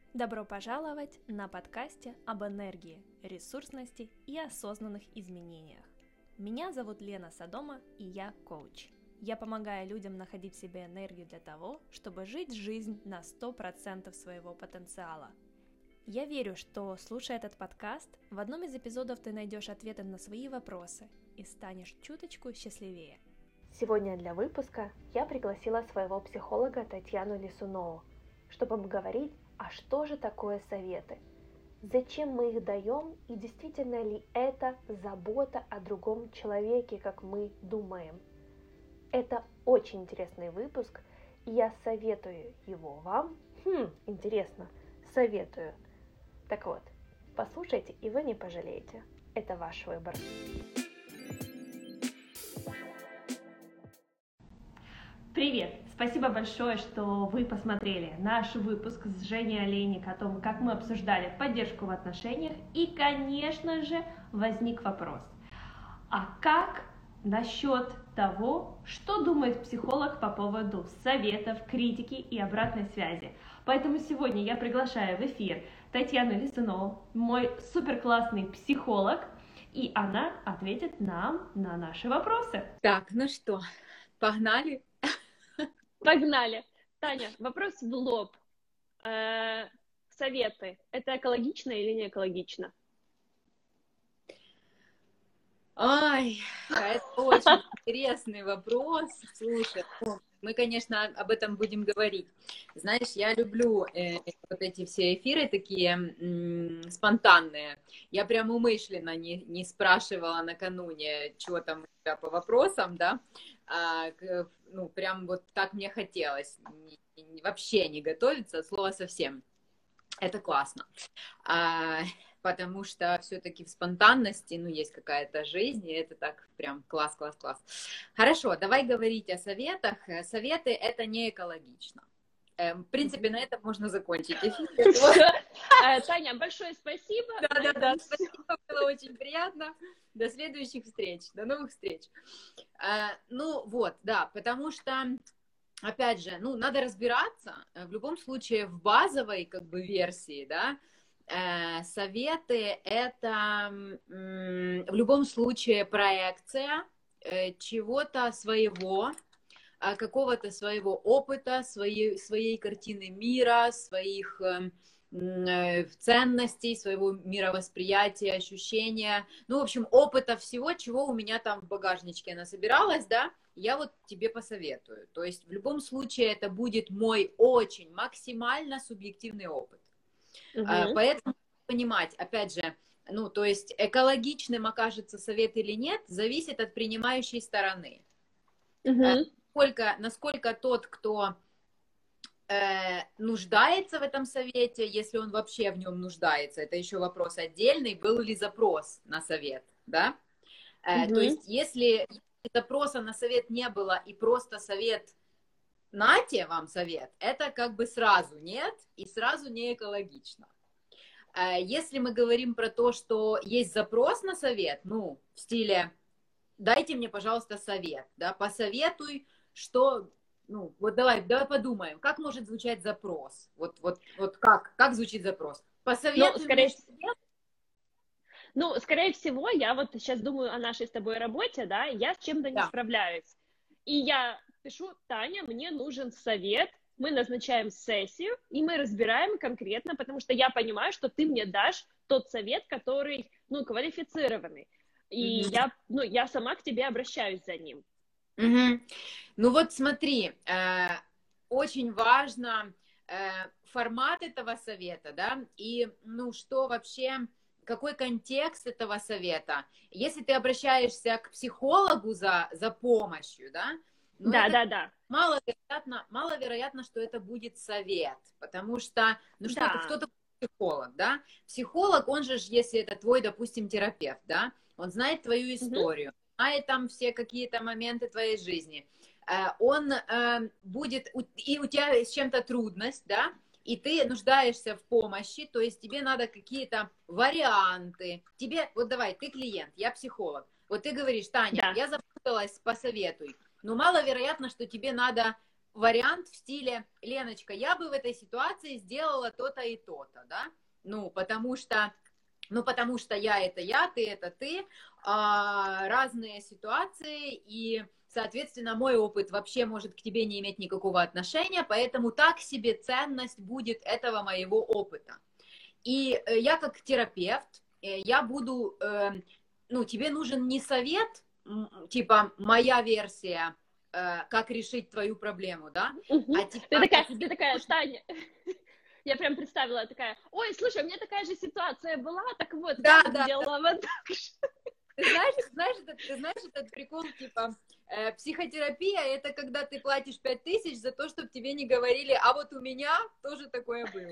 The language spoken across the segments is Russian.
Добро пожаловать на подкасте об энергии, ресурсности и осознанных изменениях. Меня зовут Лена Содома, и я коуч. Я помогаю людям находить в себе энергию для того, чтобы жить жизнь на 100% своего потенциала. Я верю, что, слушая этот подкаст, в одном из эпизодов ты найдешь ответы на свои вопросы и станешь чуточку счастливее. Сегодня для выпуска я пригласила своего психолога Татьяну Лисунову, чтобы поговорить, а что же такое советы? Зачем мы их даем и действительно ли это забота о другом человеке, как мы думаем? Это очень интересный выпуск, и я советую его вам. Интересно, советую. Так вот, послушайте, и вы не пожалеете. Это ваш выбор. Привет! Спасибо большое, что вы посмотрели наш выпуск с Женей Олейник о том, как мы обсуждали поддержку в отношениях. И, конечно же, возник вопрос, а как насчет того, что думает психолог по поводу советов, критики и обратной связи? Поэтому сегодня я приглашаю в эфир Татьяну Лисунову, мой суперклассный психолог, и она ответит нам на наши вопросы. Так, ну что, погнали? Погнали. Таня, вопрос в лоб. Советы. Это экологично или не экологично? Ой, это очень интересный вопрос. Слушай, мы, конечно, об этом будем говорить. Знаешь, я люблю вот эти все эфиры такие спонтанные. Я прям умышленно не спрашивала накануне, что там у тебя по вопросам, да. Ну, прям вот так мне хотелось. Вообще не готовиться, от слова совсем. Это классно. Потому что все-таки в спонтанности, ну, есть какая-то жизнь, и это так прям класс. Хорошо, давай говорить о советах. Советы — это не экологично. В принципе, на этом можно закончить эфир. Таня, большое спасибо. Да, спасибо, было очень приятно. До следующих встреч, до новых встреч. Ну, вот, да, потому что, опять же, ну, надо разбираться, в любом случае, в базовой, как бы, версии, да, советы — это в любом случае проекция чего-то своего, какого-то своего опыта, своей картины мира, своих ценностей, своего мировосприятия, ощущения, ну, в общем, опыта всего, чего у меня там в багажничке насобиралось, да, я вот тебе посоветую. То есть в любом случае это будет мой очень максимально субъективный опыт. Поэтому понимать, опять же, ну, то есть экологичным окажется совет или нет, зависит от принимающей стороны. Насколько тот, кто нуждается в этом совете, если он вообще в нем нуждается, это еще вопрос отдельный, был ли запрос на совет, да? То есть если запроса на совет не было и просто совет, нате вам совет, это как бы сразу нет и сразу не экологично. Если мы говорим про то, что есть запрос на совет, ну, в стиле «дайте мне, пожалуйста, совет», да, посоветуй, что, ну, вот давай подумаем, как может звучать запрос, вот как звучит запрос? Посоветуй мне совет. Ну, скорее всего, я вот сейчас думаю о нашей с тобой работе, да, я с чем-то не справляюсь, и я пишу: Таня, мне нужен совет. Мы назначаем сессию, и мы разбираем конкретно, потому что я понимаю, что ты мне дашь тот совет, который, ну, квалифицированный. И я сама к тебе обращаюсь за ним. Ну вот смотри, очень важно формат этого совета, да, и, ну, что вообще, какой контекст этого совета. Если ты обращаешься к психологу за помощью, да, ну, да. Маловероятно, что это будет совет, потому что, ну, что кто такой психолог, да? Психолог, он же, если это твой, допустим, терапевт, да, он знает твою историю, знает там все какие-то моменты твоей жизни, он будет, и у тебя с чем-то трудность, да, и ты нуждаешься в помощи, то есть тебе надо какие-то варианты, вот давай, ты клиент, я психолог, вот ты говоришь: Таня, я запуталась, посоветуй. Но маловероятно, что тебе надо вариант в стиле: Леночка, я бы в этой ситуации сделала то-то и то-то, да, потому что я это я, ты это ты, разные ситуации, и, соответственно, мой опыт вообще может к тебе не иметь никакого отношения, поэтому так себе ценность будет этого моего опыта. И я как терапевт, я буду, тебе нужен не совет, типа моя версия, как решить твою проблему, да? Ты такая, Таня, я прям представила, такая: ой, слушай, у меня такая же ситуация была, так вот, я сделала вот так же. Ты знаешь этот прикол, типа, психотерапия — это когда ты платишь 5000 за то, чтобы тебе не говорили: а вот у меня тоже такое было.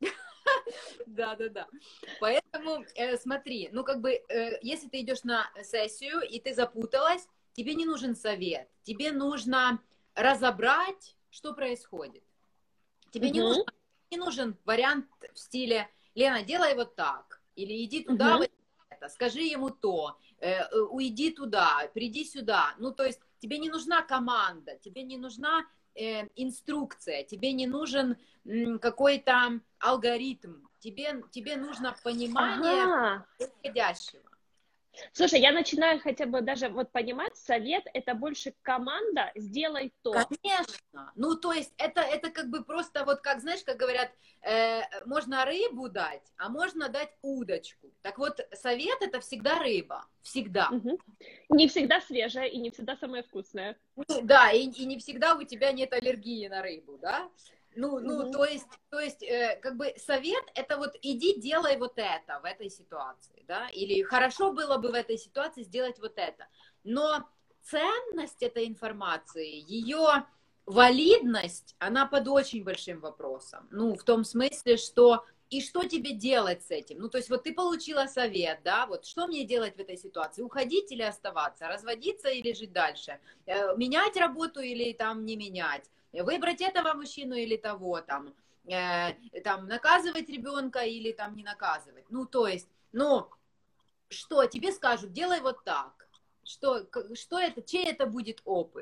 Да. Поэтому смотри, если ты идешь на сессию и ты запуталась, тебе не нужен совет, тебе нужно разобрать, что происходит. Тебе не нужен вариант в стиле: Лена, делай вот так, или иди туда, вот это, скажи ему то, уйди туда, приди сюда. То есть тебе не нужна команда, тебе не нужна инструкция, тебе не нужен какой-то алгоритм, тебе нужно понимание происходящего. Слушай, я начинаю хотя бы даже вот понимать, совет — это больше команда «сделай то». Конечно. То есть это как бы просто вот, как, знаешь, как говорят, можно рыбу дать, а можно дать удочку. Так вот, совет — это всегда рыба. Всегда. Не всегда свежая и не всегда самая вкусная. Да, и не всегда у тебя нет аллергии на рыбу, да? То есть, как бы совет — это вот иди делай вот это в этой ситуации, да, или хорошо было бы в этой ситуации сделать вот это. Но ценность этой информации, ее валидность, она под очень большим вопросом. В том смысле, что и что тебе делать с этим? То есть вот ты получила совет, да, вот что мне делать в этой ситуации? Уходить или оставаться? Разводиться или жить дальше? Менять работу или там не менять? Выбрать этого мужчину или того, там наказывать ребенка или там не наказывать. Что тебе скажут, делай вот так. Что это, чей это будет опыт?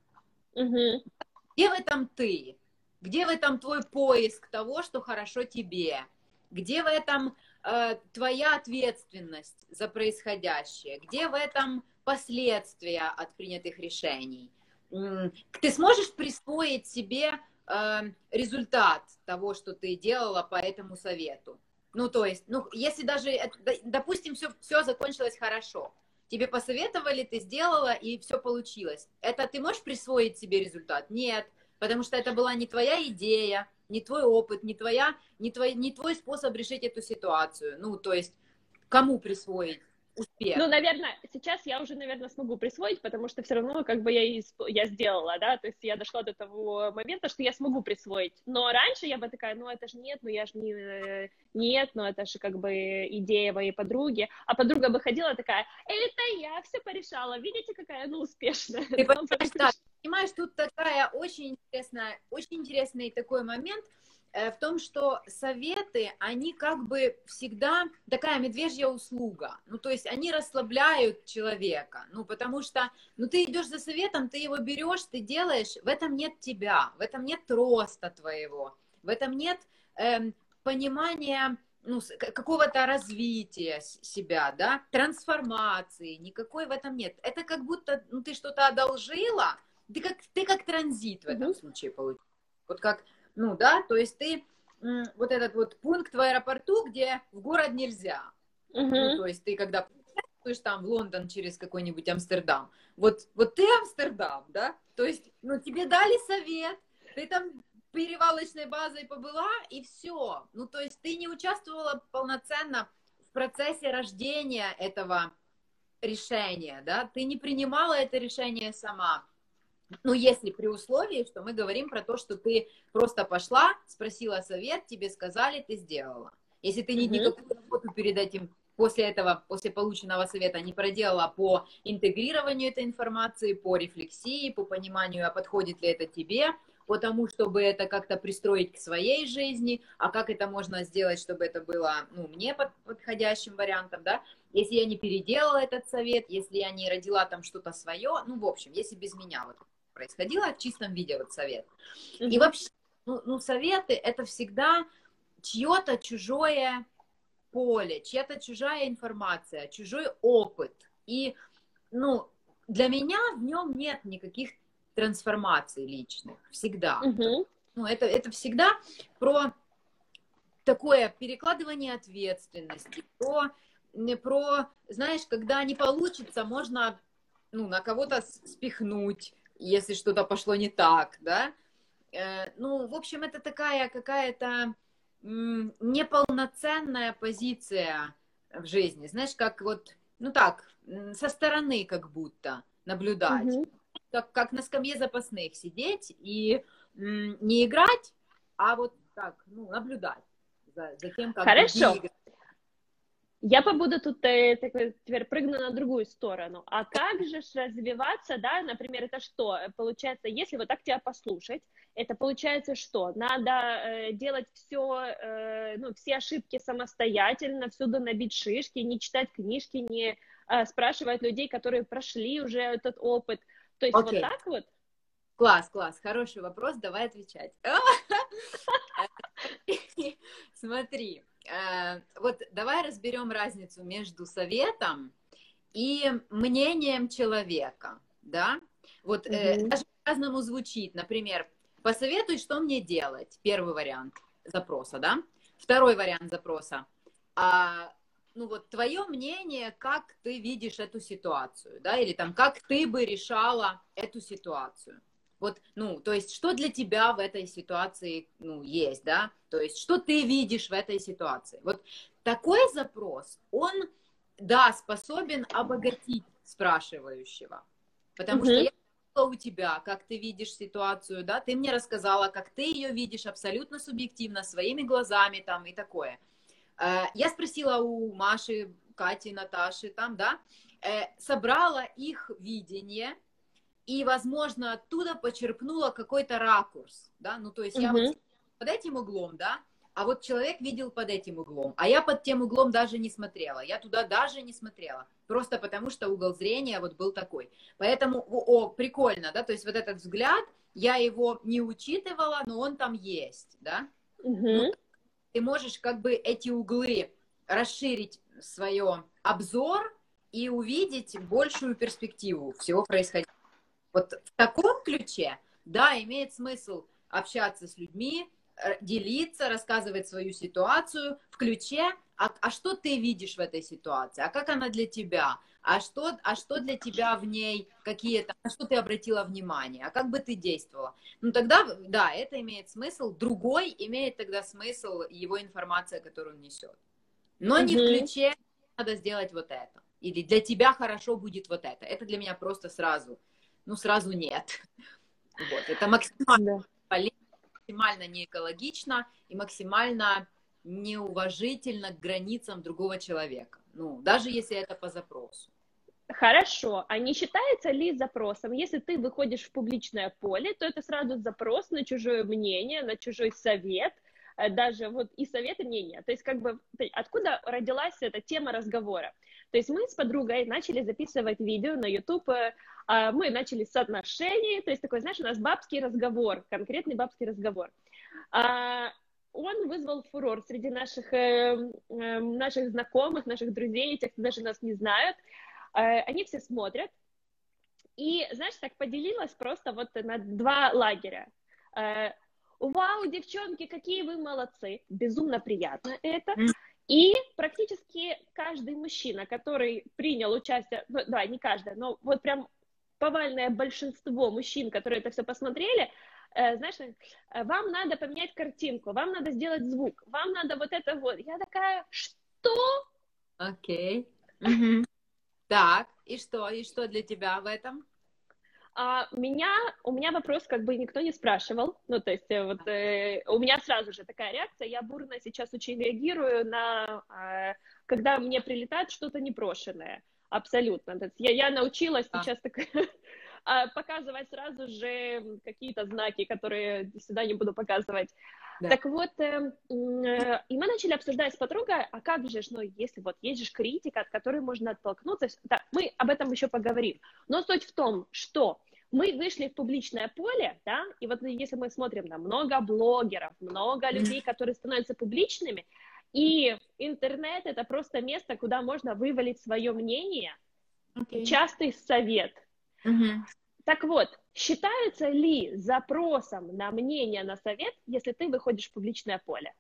Где в этом ты? Где в этом твой поиск того, что хорошо тебе? Где в этом твоя ответственность за происходящее? Где в этом последствия от принятых решений? Ты сможешь присвоить себе результат того, что ты делала по этому совету? Если даже, допустим, все закончилось хорошо, тебе посоветовали, ты сделала, и все получилось. Это ты можешь присвоить себе результат? Нет, потому что это была не твоя идея, не твой опыт, не твой способ решить эту ситуацию. То есть, кому присвоить успех? Наверное, сейчас я уже, наверное, смогу присвоить, потому что все равно как бы я сделала, да, то есть я дошла до того момента, что я смогу присвоить. Но раньше я бы такая: это же нет, я же не... Нет, это же как бы идея моей подруги. А подруга бы ходила такая: это я все порешала, видите, какая она успешная. Ты понимаешь, тут такая очень интересный такой момент в том, что советы, они как бы всегда такая медвежья услуга. То есть они расслабляют человека. Потому что, ты идешь за советом, ты его берешь, ты делаешь, в этом нет тебя, в этом нет роста твоего, в этом нет понимания какого-то развития себя, да, трансформации, никакой в этом нет. Это как будто ты что-то одолжила, ты как транзит в этом случае получилось. Вот как, то есть ты вот этот вот пункт в аэропорту, где в город нельзя. То есть ты когда путешествуешь там в Лондон через какой-нибудь Амстердам, вот ты Амстердам, да, то есть, тебе дали совет, ты там перевалочной базой побыла, и все. То есть ты не участвовала полноценно в процессе рождения этого решения, да, ты не принимала это решение сама. Если при условии, что мы говорим про то, что ты просто пошла, спросила совет, тебе сказали, ты сделала. Если ты никакую работу перед этим, после полученного совета не проделала по интегрированию этой информации, по рефлексии, по пониманию, а подходит ли это тебе, по тому, чтобы это как-то пристроить к своей жизни, а как это можно сделать, чтобы это было, мне подходящим вариантом, да, если я не переделала этот совет, если я не родила там что-то свое, в общем, если без меня вот происходило, в чистом виде вот совет. Мгм. И вообще, ну, советы — это всегда чье-то чужое поле, чья-то чужая информация, чужой опыт. И, ну, для меня в нем нет никаких трансформаций личных, всегда. Мгм. Ну, это всегда про такое перекладывание ответственности, про, знаешь, когда не получится, можно, ну, на кого-то спихнуть, если что-то пошло не так, да. Ну, в общем, это такая какая-то неполноценная позиция в жизни, знаешь, как вот, ну так, со стороны как будто наблюдать, Мгм. как на скамье запасных сидеть и не играть, а вот так, ну, наблюдать за тем, как другие Хорошо. играют. Я побуду тут, теперь прыгну на другую сторону. А как же ж развиваться, да, например, это что? Получается, если вот так тебя послушать, это получается что? Надо делать все, ну, все ошибки самостоятельно, всюду набить шишки, не читать книжки, не спрашивать людей, которые прошли уже этот опыт. То есть вот Окей, так вот? класс, хороший вопрос, давай отвечать. Смотри, вот давай разберем разницу между советом и мнением человека, да? Вот Мгм. даже по-разному звучит. Например, посоветуй, что мне делать. Первый вариант запроса, да? Второй вариант запроса. Ну вот твое мнение, как ты видишь эту ситуацию, да? Или там, как ты бы решала эту ситуацию. Вот, ну, то есть, что для тебя в этой ситуации, ну, есть, да? То есть, что ты видишь в этой ситуации? Вот такой запрос, он, да, способен обогатить спрашивающего. Потому что Мгм. я спросила у тебя, как ты видишь ситуацию, да? Ты мне рассказала, как ты ее видишь абсолютно субъективно, своими глазами там и такое. Я спросила у Маши, Кати, Наташи там, да? Собрала их видение, и, возможно, оттуда почерпнула какой-то ракурс, да, ну, то есть я вот Мгм. под этим углом, да, а вот человек видел под этим углом, а я под тем углом даже не смотрела, я туда даже не смотрела, просто потому что угол зрения вот был такой. Поэтому, прикольно, да, то есть вот этот взгляд, я его не учитывала, но он там есть, да. Ну, Мгм. ты можешь как бы эти углы расширить свое обзор и увидеть большую перспективу всего происходящего. Вот в таком ключе, да, имеет смысл общаться с людьми, делиться, рассказывать свою ситуацию в ключе, а что ты видишь в этой ситуации, а как она для тебя, а что для тебя в ней, какие-то, на что ты обратила внимание, а как бы ты действовала. Ну тогда, да, это имеет смысл, другой имеет тогда смысл его информация, которую он несет. Но не в Мгм. ключе надо сделать вот это. Или для тебя хорошо будет вот это. Это для меня просто сразу, ну, сразу нет. Вот. Это максимально Да. полезно, максимально не экологично и максимально неуважительно к границам другого человека. Ну, даже если это по запросу. Хорошо, а не считается ли запросом, если ты выходишь в публичное поле, то это сразу запрос на чужое мнение, на чужой совет, даже вот и совет, и мнение. То есть как бы откуда родилась эта тема разговора? То есть мы с подругой начали записывать видео на YouTube, мы начали с отношений, то есть такой, знаешь, у нас бабский разговор, конкретный бабский разговор. А, Он вызвал фурор среди наших знакомых, наших друзей, тех, кто даже нас не знают. Они все смотрят. И, знаешь, так поделилась просто вот на два лагеря. Вау, девчонки, какие вы молодцы. Безумно приятно это. И практически каждый мужчина, который принял участие, ну, да, не каждый, но вот прям повальное большинство мужчин, которые это все посмотрели, знаешь, вам надо поменять картинку, вам надо сделать звук, вам надо вот это вот. Я такая, что? Окей. Мгм. Так, и что? И что для тебя в этом? У меня вопрос как бы никто не спрашивал, ну, то есть у меня сразу же такая реакция, я бурно сейчас очень реагирую на, когда мне прилетает что-то непрошенное, абсолютно, то есть я научилась сейчас так показывать сразу же какие-то знаки, которые сюда не буду показывать. Да. Так вот, и мы начали обсуждать с подругой, а как же, ну, если вот есть же критика, от которой можно оттолкнуться, да, мы об этом еще поговорим. Но суть в том, что мы вышли в публичное поле, да, и вот если мы смотрим на много блогеров, много людей, которые становятся публичными, и интернет — это просто место, куда можно вывалить свое мнение, частый совет. Так вот, считается ли запросом на мнение, на совет, если ты выходишь в публичное поле?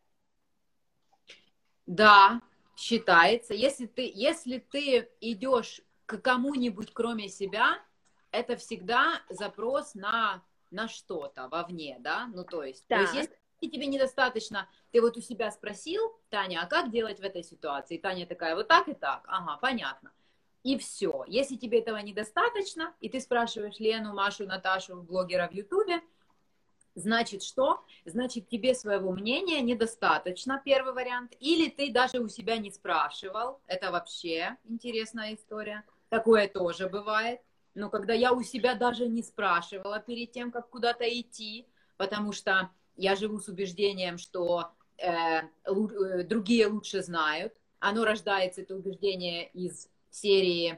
Да, считается. Если ты идешь к кому-нибудь, кроме себя, это всегда запрос на что-то вовне, да? Ну, то есть если тебе недостаточно, ты вот у себя спросил, Таня, а как делать в этой ситуации? И Таня такая, вот так и так, ага, понятно. И все. Если тебе этого недостаточно, и ты спрашиваешь Лену, Машу, Наташу, блогера в Ютубе, значит что? Значит, тебе своего мнения недостаточно, первый вариант. Или ты даже у себя не спрашивал. Это вообще интересная история. Такое тоже бывает. Но когда я у себя даже не спрашивала перед тем, как куда-то идти, потому что я живу с убеждением, что другие лучше знают. Оно рождается, это убеждение, из серии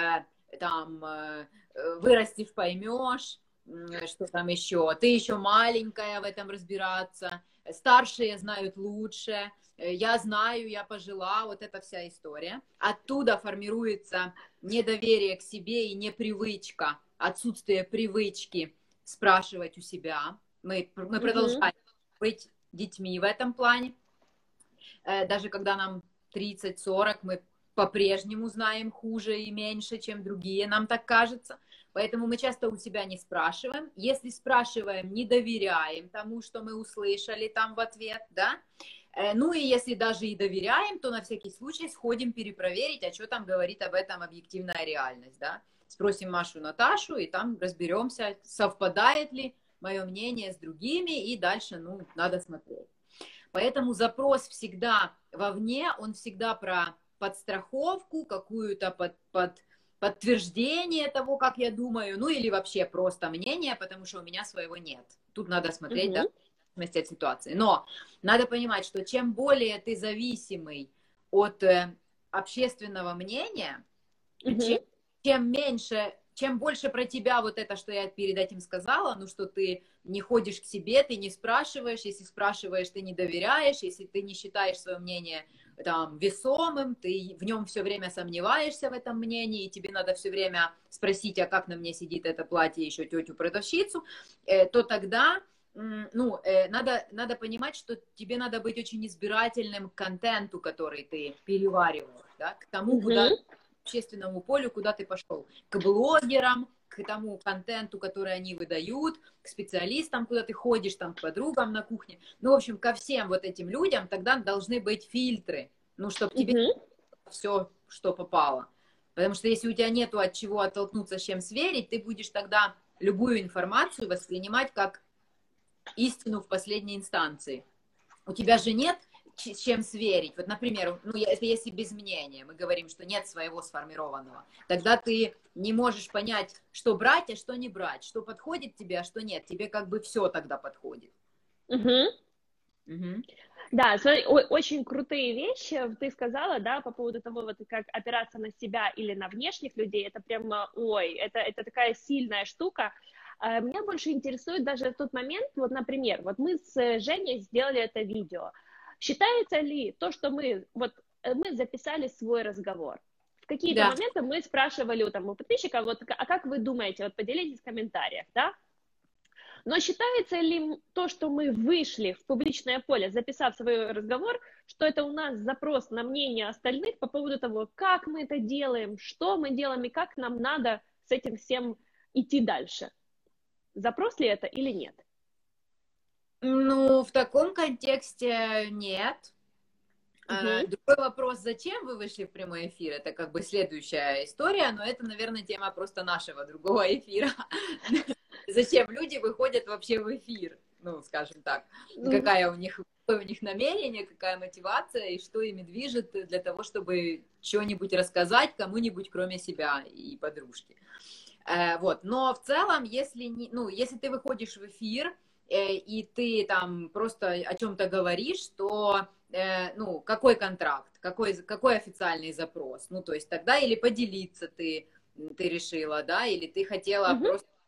вырастешь, поймешь, что там еще, ты еще маленькая в этом разбираться, старшие знают лучше, я знаю, я пожила, вот эта вся история. Оттуда формируется недоверие к себе и непривычка, отсутствие привычки спрашивать у себя. Мы продолжаем быть детьми в этом плане. Даже когда нам 30-40, мы по-прежнему знаем хуже и меньше, чем другие, нам так кажется. Поэтому мы часто у себя не спрашиваем. Если спрашиваем, не доверяем тому, что мы услышали там в ответ, да. Ну и если даже и доверяем, то на всякий случай сходим перепроверить, а что там говорит об этом объективная реальность, да. Спросим Машу, Наташу, и там разберемся, совпадает ли мое мнение с другими, и дальше, ну, надо смотреть. Поэтому запрос всегда вовне, он всегда про подстраховку, какую-то подтверждение того, как я думаю, ну или вообще просто мнение, потому что у меня своего нет. Тут надо смотреть, да, в зависимости от ситуации. Но надо понимать, что чем более ты зависимый от общественного мнения, чем больше про тебя вот это, что я перед этим сказала, ну, что ты не ходишь к себе, ты не спрашиваешь, если спрашиваешь, ты не доверяешь, если ты не считаешь свое мнение там весомым, ты в нем все время сомневаешься в этом мнении, и тебе надо все время спросить, а как на мне сидит это платье, еще тетю-продавщицу, то тогда, ну, надо понимать, что тебе надо быть очень избирательным к контенту, который ты перевариваешь, да, к тому, куда общественному полю, куда ты пошел, к блогерам, к тому контенту, который они выдают, к специалистам, куда ты ходишь, там, к подругам на кухне. Ну, в общем, ко всем вот этим людям тогда должны быть фильтры, ну, чтобы тебе все, что попало. Потому что если у тебя нету от чего оттолкнуться, с чем сверить, ты будешь тогда любую информацию воспринимать как истину в последней инстанции. У тебя же нет с чем сверить. Вот, например, ну, это если без мнения, мы говорим, что нет своего сформированного, тогда ты не можешь понять, что брать, а что не брать, что подходит тебе, а что нет. Тебе как бы все тогда подходит. Да, смотри, очень крутые вещи ты сказала, да, по поводу того, вот как опираться на себя или на внешних людей, это прямо, ой, это такая сильная штука. Меня больше интересует даже тот момент, вот, например, вот мы с Женей сделали это видео. Считается ли то, что мы записали свой разговор? В какие-то моменты мы спрашивали у подписчика, вот, а как вы думаете, вот поделитесь в комментариях, да? Но считается ли то, что мы вышли в публичное поле, записав свой разговор, что это у нас запрос на мнение остальных по поводу того, как мы это делаем, что мы делаем и как нам надо с этим всем идти дальше? Запрос ли это или нет? Ну, в таком контексте нет. Другой вопрос, зачем вы вышли в прямой эфир, это как бы следующая история, но это, наверное, тема просто нашего другого эфира. Зачем люди выходят вообще в эфир, ну, скажем так, какое у них намерение, какая мотивация и что ими движет для того, чтобы что-нибудь рассказать кому-нибудь, кроме себя и подружки. Вот, но в целом, если ты выходишь в эфир, и ты там просто о чем-то говоришь, то, ну, какой контракт, какой официальный запрос? Ну, то есть тогда или поделиться ты решила, да, или ты хотела просто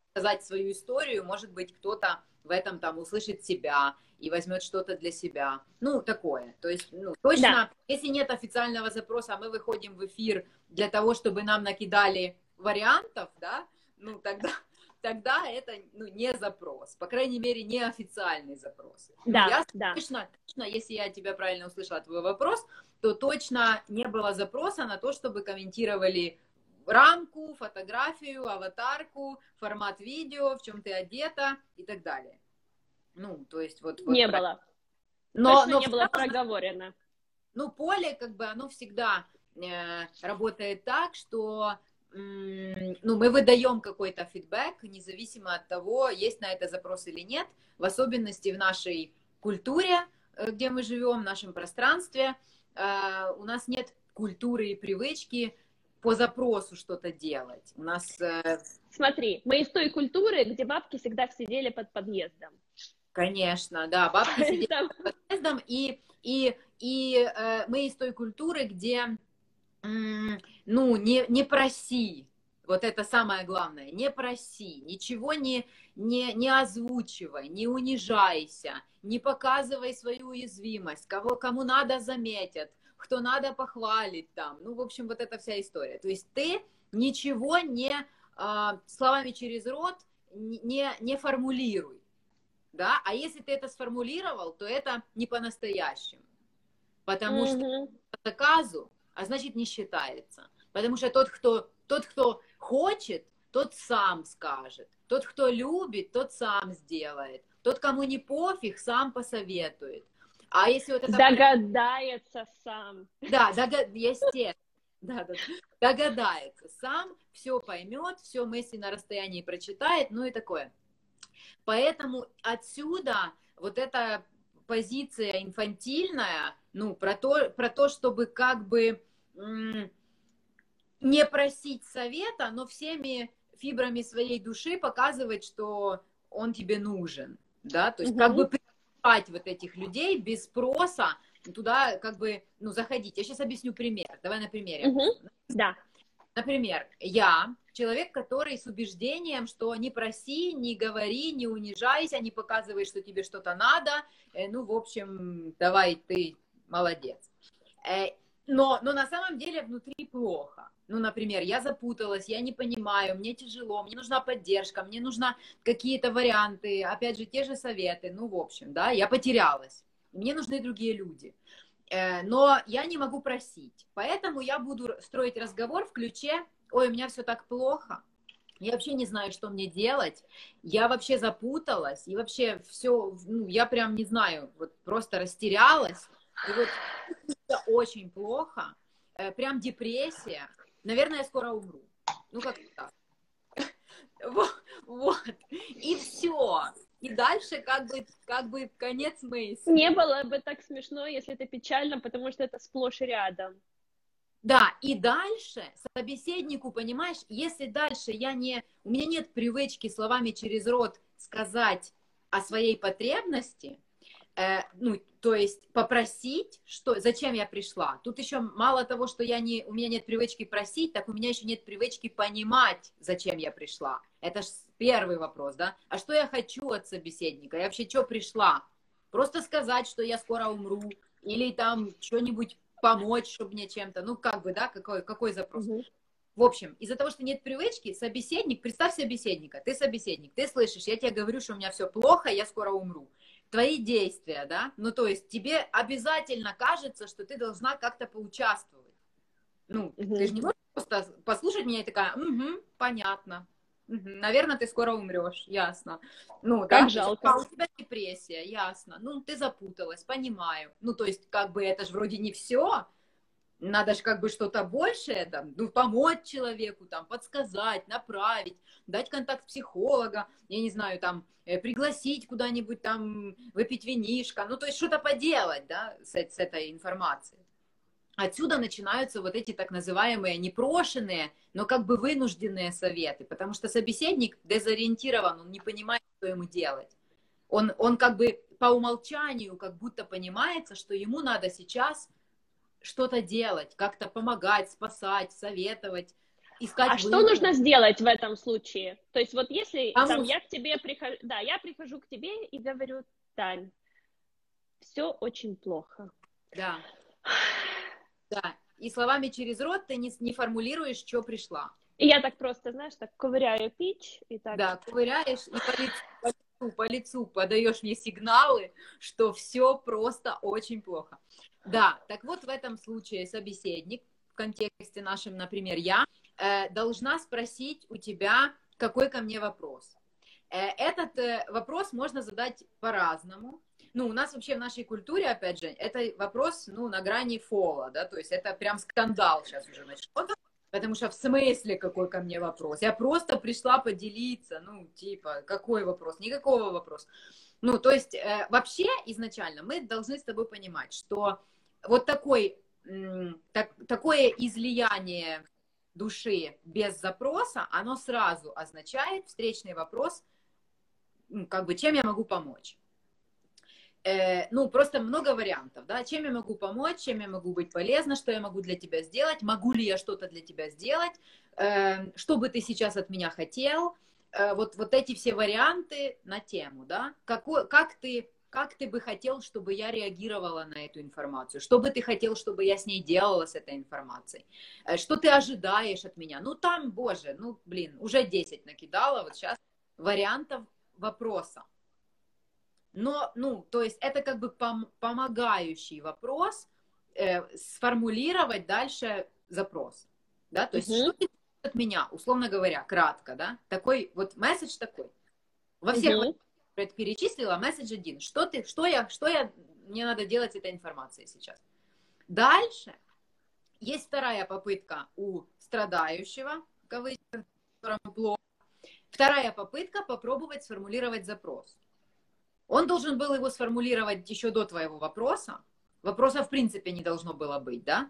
сказать свою историю, может быть, кто-то в этом там услышит себя и возьмет что-то для себя. Ну, такое. То есть, ну, точно, Да. если нет официального запроса, а мы выходим в эфир для того, чтобы нам накидали вариантов, да, ну, тогда это, ну, не запрос. По крайней мере, не официальный запрос. Да, Ну, я да. точно, если я тебя правильно услышала, твой вопрос, то точно не было запроса на то, чтобы комментировали рамку, фотографию, аватарку, формат видео, в чем ты одета и так далее. Ну, то есть вот Не было. Но Точно не было проговорено. Ну, поле, как бы, оно всегда работает так, что ну, мы выдаем какой-то фидбэк, независимо от того, есть на это запрос или нет, в особенности в нашей культуре, где мы живем, в нашем пространстве. У нас нет культуры и привычки по запросу что-то делать. У нас... Смотри, мы из той культуры, где бабки всегда сидели под подъездом. Конечно, да, бабки сидели под подъездом, и мы из той культуры, где, ну, не проси, вот это самое главное, не проси, ничего не озвучивай, не унижайся, не показывай свою уязвимость, кому надо заметят, кто надо похвалить там, ну, в общем, вот эта вся история. То есть ты ничего словами через рот не формулируй, да, а если ты это сформулировал, то это не по-настоящему, потому что по заказу, а значит не считается, потому что тот, кто хочет, тот сам скажет, тот, кто любит, тот сам сделает, тот, кому не пофиг, сам посоветует. А если вот это... Догадается сам. Да, естественно. Да, догадается сам, все поймет, все мысли на расстоянии прочитает, ну и такое. Поэтому отсюда вот эта позиция инфантильная, ну, про то, чтобы как бы не просить совета, но всеми фибрами своей души показывать, что он тебе нужен, да, то есть как бы приглашать вот этих людей без спроса туда как бы, ну, заходить. Я сейчас объясню пример, давай на примере. Да. Например, я человек, который с убеждением, что не проси, не говори, не унижайся, не показывай, что тебе что-то надо, ну, в общем, давай, ты молодец. Но на самом деле внутри плохо. Ну, например, я запуталась, я не понимаю, мне тяжело, мне нужна поддержка, мне нужны какие-то варианты, опять же, те же советы, ну, в общем, да, я потерялась, мне нужны другие люди. Но я не могу просить, поэтому я буду строить разговор в ключе: ой, у меня все так плохо, я вообще не знаю, что мне делать, я вообще запуталась, и вообще все, ну, я прям не знаю, вот просто растерялась, и вот это очень плохо, прям депрессия, наверное, я скоро умру, ну как так, вот, и все. И дальше как бы конец мысли. Не было бы так смешно, если это печально, потому что это сплошь и рядом. Да, и дальше собеседнику, понимаешь, если дальше у меня нет привычки словами через рот сказать о своей потребности, ну, то есть попросить, зачем я пришла. Тут еще мало того, что у меня нет привычки просить, так у меня еще нет привычки понимать, зачем я пришла. Это ж первый вопрос, да? А что я хочу от собеседника? Я вообще что пришла? Просто сказать, что я скоро умру, или там что-нибудь помочь, чтобы мне чем-то, ну, как бы, да, какой запрос? В общем, из-за того, что нет привычки, представь собеседника, ты собеседник, ты слышишь, я тебе говорю, что у меня все плохо, я скоро умру. Твои действия, да, ну, то есть тебе обязательно кажется, что ты должна как-то поучаствовать. Ну, ты же не можешь просто послушать меня и такая: понятно, наверное, ты скоро умрешь, ясно. Ну, как да, жалко. у тебя депрессия, ясно. Ну, ты запуталась, понимаю. Ну, то есть, как бы, это же вроде не все. Надо же как бы что-то большее, там, ну, помочь человеку, там, подсказать, направить, дать контакт психолога, я не знаю, там, пригласить куда-нибудь, там, выпить винишко, ну, то есть что-то поделать, да, с этой информацией. Отсюда начинаются вот эти так называемые непрошенные, но как бы вынужденные советы, потому что собеседник дезориентирован, он не понимает, что ему делать. Он как бы по умолчанию как будто понимается, что ему надо сейчас что-то делать, как-то помогать, спасать, советовать. искать А что выход. нужно сделать в этом случае? То есть вот если Помочь. я к тебе прихожу, да, я прихожу к тебе и говорю: Тань, все очень плохо. Да. Да. И словами через рот ты не формулируешь, что пришла. И я так просто, знаешь, так ковыряю пич и так. Да, ковыряешь и по лицу подаешь мне сигналы, что все просто очень плохо. Да, так вот в этом случае собеседник, в контексте нашем, например, я, должна спросить у тебя, какой ко мне вопрос. Этот вопрос можно задать по-разному. Ну, у нас вообще в нашей культуре, опять же, это вопрос, ну, на грани фола, да, то есть это прям скандал сейчас уже начнется, потому что в смысле какой ко мне вопрос? Я просто пришла поделиться, ну, типа, какой вопрос? Никакого вопроса. Ну, то есть вообще изначально мы должны с тобой понимать, что вот такое излияние души без запроса, оно сразу означает встречный вопрос, как бы, чем я могу помочь. Ну, просто много вариантов, да, чем я могу помочь, чем я могу быть полезна, что я могу для тебя сделать, могу ли я что-то для тебя сделать, что бы ты сейчас от меня хотел, вот эти все варианты на тему, да, как ты бы хотел, чтобы я реагировала на эту информацию, что бы ты хотел, чтобы я с ней делала, с этой информацией, что ты ожидаешь от меня, ну, там, боже, ну, блин, уже 10 накидала, вот сейчас вариантов вопроса. Но, ну, то есть это как бы помогающий вопрос сформулировать дальше запрос, да, то есть что ты хочешь от меня, условно говоря, кратко, да, такой, вот месседж такой. Во всех перечислила месседж один, что мне надо делать с этой информацией сейчас. Дальше есть вторая попытка у страдающего, которому плохо, вторая попытка попробовать сформулировать запрос. Он должен был его сформулировать еще до твоего вопроса. Вопроса в принципе не должно было быть, да?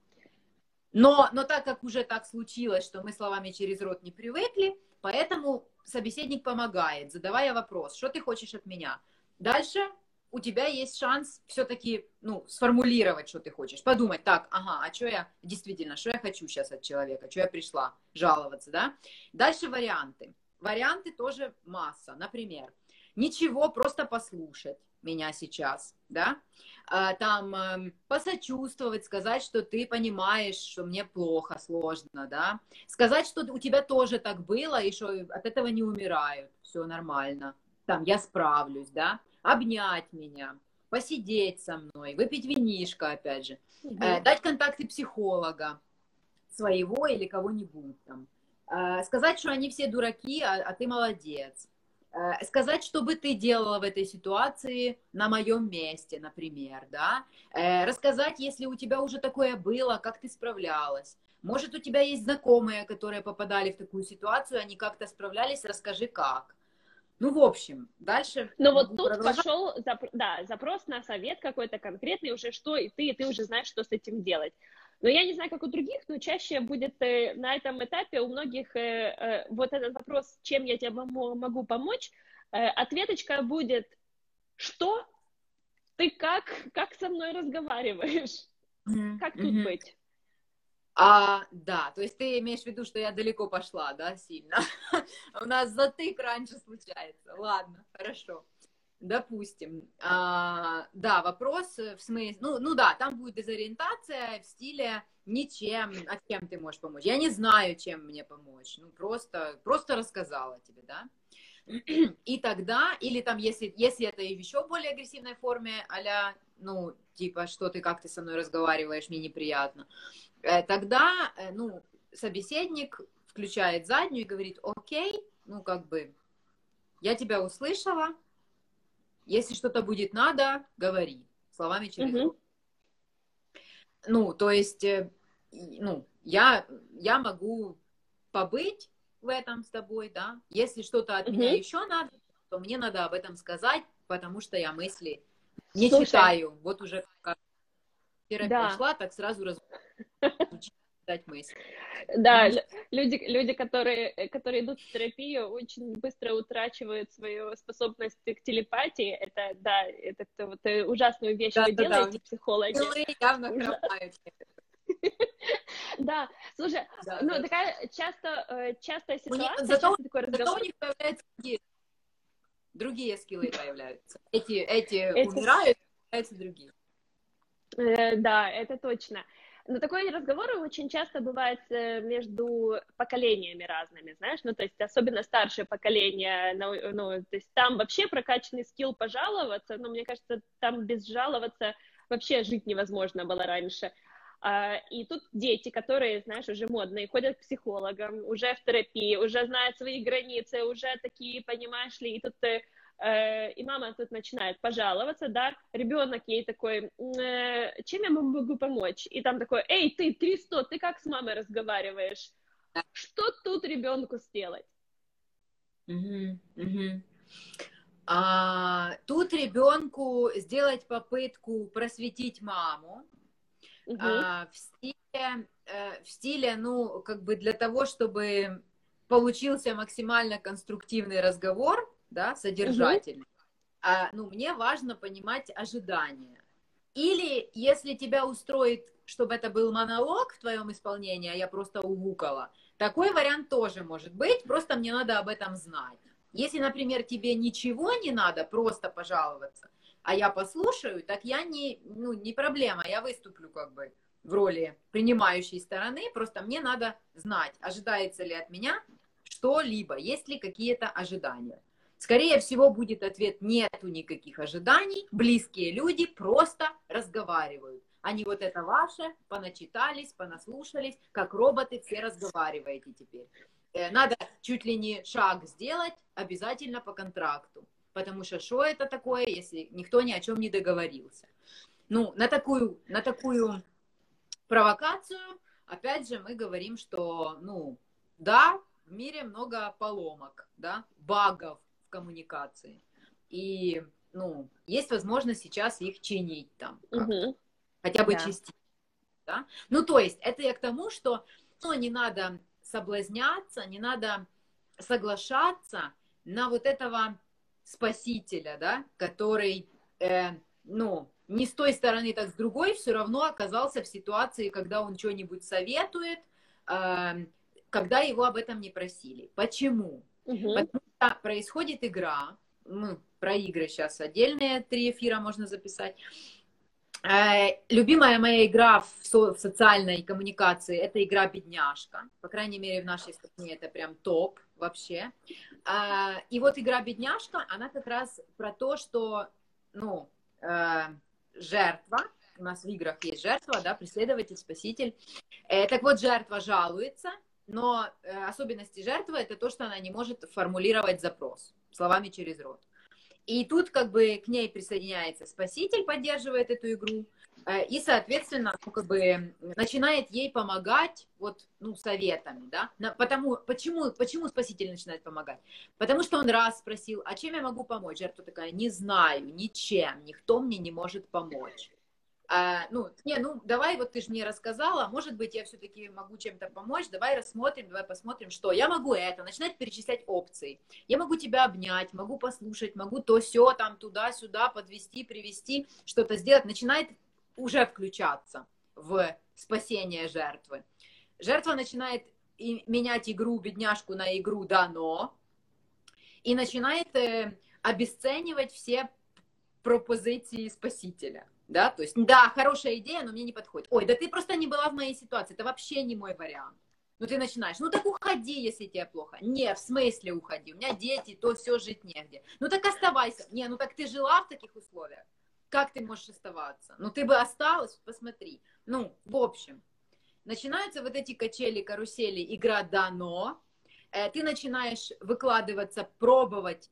Но так как уже так случилось, что мы словами через рот не привыкли, поэтому собеседник помогает, задавая вопрос, что ты хочешь от меня. Дальше у тебя есть шанс все-таки, ну, сформулировать, что ты хочешь. Подумать, так, ага, а что я хочу сейчас от человека, что я пришла жаловаться, да? Дальше варианты. Варианты тоже масса. Например, ничего, просто послушать меня сейчас, да, там посочувствовать, сказать, что ты понимаешь, что мне плохо, сложно, да, сказать, что у тебя тоже так было, и что от этого не умирают, все нормально, там, я справлюсь, да, обнять меня, посидеть со мной, выпить винишко, опять же, дать контакты психолога своего или кого-нибудь там, сказать, что они все дураки, а ты молодец, сказать, что бы ты делала в этой ситуации на моем месте, например, да, рассказать, если у тебя уже такое было, как ты справлялась. Может, у тебя есть знакомые, которые попадали в такую ситуацию, они как-то справлялись, расскажи как. Ну, в общем, дальше... Но вот тут пошел запрос на совет какой-то конкретный, уже что, и ты уже знаешь, что с этим делать. Но я не знаю, как у других, но чаще будет на этом этапе у многих вот этот вопрос, чем я тебе могу помочь, ответочка будет, что? Ты как со мной разговариваешь? Как тут быть? Да, то есть ты имеешь в виду, что я далеко пошла, да, сильно? У нас затык раньше случается. Ладно, хорошо. Допустим. Да, вопрос в смысле... Ну да, там будет дезориентация в стиле ничем, а чем ты можешь помочь? Я не знаю, чем мне помочь. Ну, просто рассказала тебе, да? И тогда, или там, если это в еще более агрессивной форме, а-ля, ну, типа, что ты, как ты со мной разговариваешь, мне неприятно, тогда, ну, собеседник включает заднюю и говорит, окей, ну, как бы, я тебя услышала, если что-то будет надо, говори, словами через рот. Ну, то есть, ну, я могу побыть в этом с тобой, да, если что-то от меня еще надо, то мне надо об этом сказать, потому что я мысли не читаю, вот уже как терапия шла, так сразу читать мысли. Да, люди, которые идут в терапию, очень быстро утрачивают свою способность к телепатии. Это, да, это вот ужасную вещь вы делаете, психологи. Явно хромают. Да, слушай, Да, ну да. такая частая ситуация, Зато часто такой у разговор. них появляются другие скиллы появляются. Эти Это умирают, появляются другие. Да, это точно. Но такой разговор очень часто бывает между поколениями разными, знаешь, ну, то есть особенно старшее поколение, ну, то есть там вообще прокачанный скилл пожаловаться, но мне кажется, там без жаловаться вообще жить невозможно было раньше. И тут дети, которые, знаешь, уже модные, ходят к психологам, уже в терапии, уже знают свои границы, уже такие, понимаешь ли, и тут и мама тут начинает пожаловаться, да, ребенок ей такой, чем я могу помочь? И там такой, эй, ты, 300, ты как с мамой разговариваешь? Что тут ребенку сделать? Угу, угу. Тут ребенку сделать попытку просветить маму Угу, в стиле, ну, как бы для того, чтобы получился максимально конструктивный разговор, да, угу, содержательный. Ну, мне важно понимать ожидания. Или, если тебя устроит, чтобы это был монолог в твоем исполнении, а я просто угукала, такой вариант тоже может быть, просто мне надо об этом знать. Если, например, тебе ничего не надо, просто пожаловаться, а я послушаю, так я не проблема, я выступлю как бы в роли принимающей стороны, просто мне надо знать, ожидается ли от меня что-либо, есть ли какие-то ожидания. Скорее всего, будет ответ: нету никаких ожиданий, близкие люди просто разговаривают. Они вот это ваше, поначитались, понаслушались, как роботы все разговариваете теперь. Надо чуть ли не шаг сделать обязательно по контракту, потому что это такое, если никто ни о чем не договорился. Ну, на такую провокацию, опять же, мы говорим, что, ну, да, в мире много поломок, да, багов в коммуникации. И, ну, есть возможность сейчас их чинить там как-то, угу, хотя бы Да. частично, да. Ну, то есть, это я к тому, что, ну, не надо соблазняться, не надо соглашаться на вот этого спасителя, да, который, ну, не с той стороны, так с другой, все равно оказался в ситуации, когда он что-нибудь советует, когда его об этом не просили. Почему? угу, Потому что происходит игра, про игры сейчас отдельные 3 эфира можно записать. Любимая моя игра в социальной коммуникации — это игра «Бедняжка». По крайней мере, в нашей стране это прям топ вообще. И вот игра «Бедняжка», она как раз про то, что, ну, жертва, у нас в играх есть жертва, да, преследователь, спаситель. Так вот, жертва жалуется, но особенности жертвы — это то, что она не может формулировать запрос словами через рот. И тут как бы к ней присоединяется спаситель, поддерживает эту игру, и, соответственно, ну, как бы начинает ей помогать вот, ну, советами, да. Почему спаситель начинает помогать? Потому что он раз спросил: а чем я могу помочь? Жертва такая: не знаю, ничем, никто мне не может помочь. Давай, вот ты же мне рассказала, может быть, я все-таки могу чем-то помочь, давай посмотрим, что. Я могу это, начинать перечислять опции. Я могу тебя обнять, могу послушать, могу то сё, там, туда-сюда подвести, привести, что-то сделать. Начинает уже включаться в спасение жертвы. Жертва начинает менять игру «Бедняжку» на игру «Да, но», и начинает обесценивать все пропозиции спасителя. Да, то есть, да, хорошая идея, но мне не подходит. Ой, да ты просто не была в моей ситуации, это вообще не мой вариант. Ну, ты начинаешь: ну, так уходи, если тебе плохо. Не, в смысле уходи, у меня дети, то все, жить негде. Ну, так оставайся. Не, ну, так ты жила в таких условиях. Как ты можешь оставаться? Ну, ты бы осталась, посмотри. Ну, в общем, начинаются вот эти качели, карусели, игра «да, но». Ты начинаешь выкладываться, пробовать,